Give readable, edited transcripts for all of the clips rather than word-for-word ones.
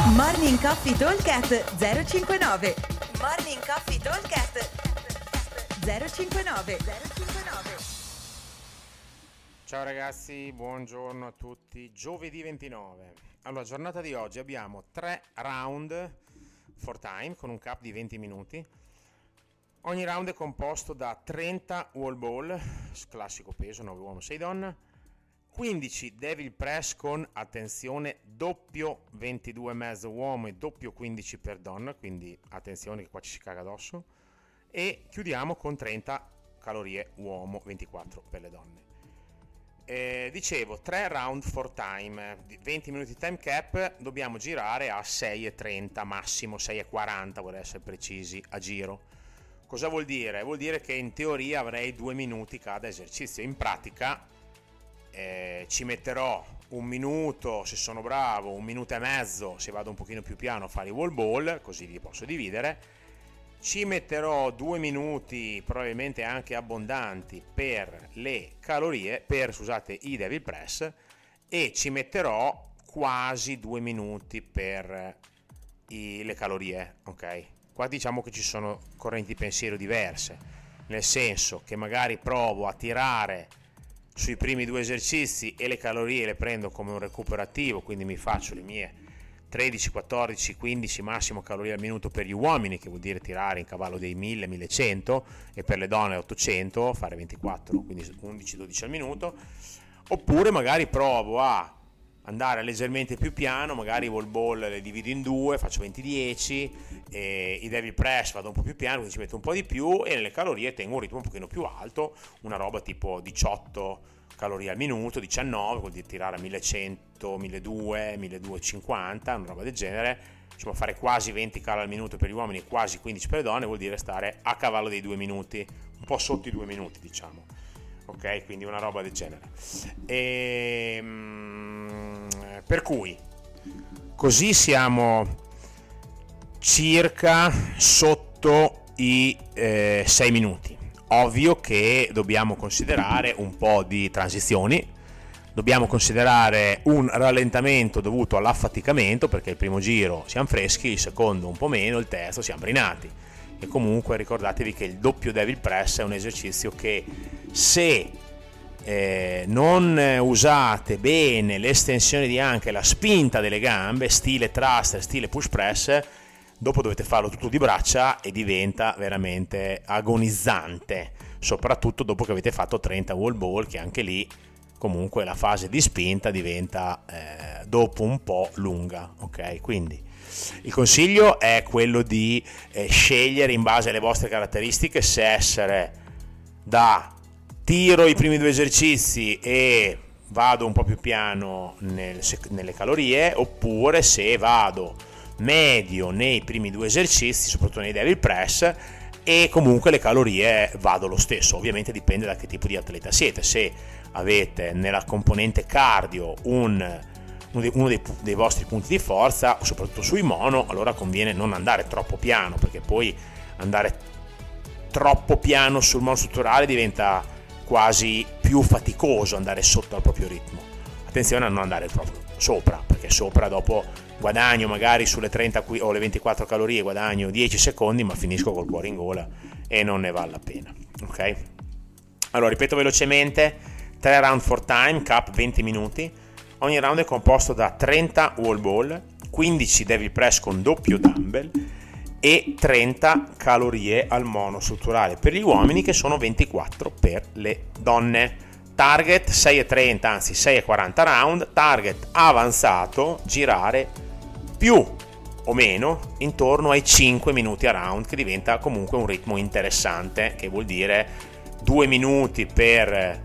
Morning Coffee Talkcast 059. Morning Coffee Talkcast 059. Ciao ragazzi, buongiorno a tutti. Giovedì 29. Allora, giornata di oggi abbiamo 3 round for time con un cap di 20 minuti. Ogni round è composto da 30 wall ball, classico peso, 9 uomo, 6 donna, 15 devil press con, attenzione, doppio 22,5 uomo e doppio 15 per donna, quindi attenzione che qua ci si caga addosso, e chiudiamo con 30 calorie uomo, 24 per le donne. Dicevo 3 round for time, 20 minuti time cap, dobbiamo girare a 6,30, massimo 6,40, vorrei essere precisi, a giro. Cosa vuol dire? Vuol dire che in teoria avrei 2 minuti cada esercizio. In pratica ci metterò un minuto se sono bravo, un minuto e mezzo se vado un pochino più piano a fare i wall ball, così li posso dividere. Ci metterò 2 minuti, probabilmente anche abbondanti, per le calorie, scusate, i devil press, e ci metterò quasi 2 minuti per le calorie, ok? Qua diciamo che ci sono correnti pensiero diverse, nel senso che magari provo a tirare sui primi 2 esercizi e le calorie le prendo come un recupero attivo, quindi mi faccio le mie 13, 14, 15 massimo calorie al minuto per gli uomini, che vuol dire tirare in cavallo dei 1000, 1100, e per le donne 800, fare 24, quindi 11, 12 al minuto. Oppure magari provo a andare leggermente più piano, magari i wall ball le divido in 2, faccio 20-10, e i devil press vado un po' più piano, quindi ci metto un po' di più, e nelle calorie tengo un ritmo un pochino più alto, una roba tipo 18 calorie al minuto, 19, vuol dire tirare a 1100, 1200, 1250, una roba del genere. Diciamo fare quasi 20 calorie al minuto per gli uomini e quasi 15 per le donne, vuol dire stare a cavallo dei 2 minuti, un po' sotto i 2 minuti, diciamo. Ok, quindi una roba del genere. Per cui così siamo circa sotto i 6 minuti. Ovvio che dobbiamo considerare un po' di transizioni, dobbiamo considerare un rallentamento dovuto all'affaticamento, perché il primo giro siamo freschi, il secondo un po' meno, il terzo siamo brinati. E comunque ricordatevi che il doppio devil press è un esercizio che, se non usate bene l'estensione di anche la spinta delle gambe, stile thruster, stile push press, dopo dovete farlo tutto di braccia e diventa veramente agonizzante, soprattutto dopo che avete fatto 30 wall ball, che anche lì comunque la fase di spinta diventa dopo un po' lunga, ok? Quindi il consiglio è quello di scegliere in base alle vostre caratteristiche, se essere da tiro i primi 2 esercizi e vado un po' più piano nelle calorie, oppure se vado medio nei primi 2 esercizi, soprattutto nei devil press, e comunque le calorie vado lo stesso. Ovviamente dipende da che tipo di atleta siete. Se avete nella componente cardio uno dei vostri punti di forza, soprattutto sui mono, allora conviene non andare troppo piano, perché poi andare troppo piano sul mono strutturale diventa quasi più faticoso, andare sotto al proprio ritmo. Attenzione a non andare proprio sopra, perché sopra dopo guadagno magari sulle 30 o le 24 calorie, guadagno 10 secondi, ma finisco col cuore in gola e non ne vale la pena, ok? Allora, ripeto velocemente: 3 round for time, cap 20 minuti. Ogni round è composto da 30 wall ball, 15 devil press con doppio dumbbell e 30 calorie al mono strutturale per gli uomini, che sono 24 per le donne. Target 6,30, anzi 6,40 round. Target avanzato, girare più o meno intorno ai 5 minuti a round, che diventa comunque un ritmo interessante, che vuol dire 2 minuti per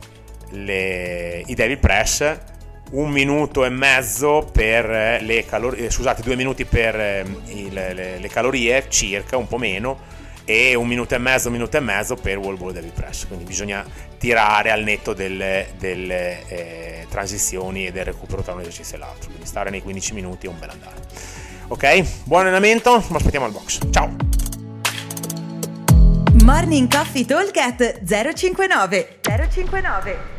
i devil press, 1 minuto e mezzo per le calorie, scusate, 2 minuti per le calorie, circa, un po' meno, e 1 minuto e mezzo per wall ball devil press. Quindi bisogna tirare al netto delle transizioni e del recupero tra un esercizio e l'altro, quindi stare nei 15 minuti è un bel andare. Ok, buon allenamento, mi aspettiamo al box, ciao. Morning Coffee Talk 059.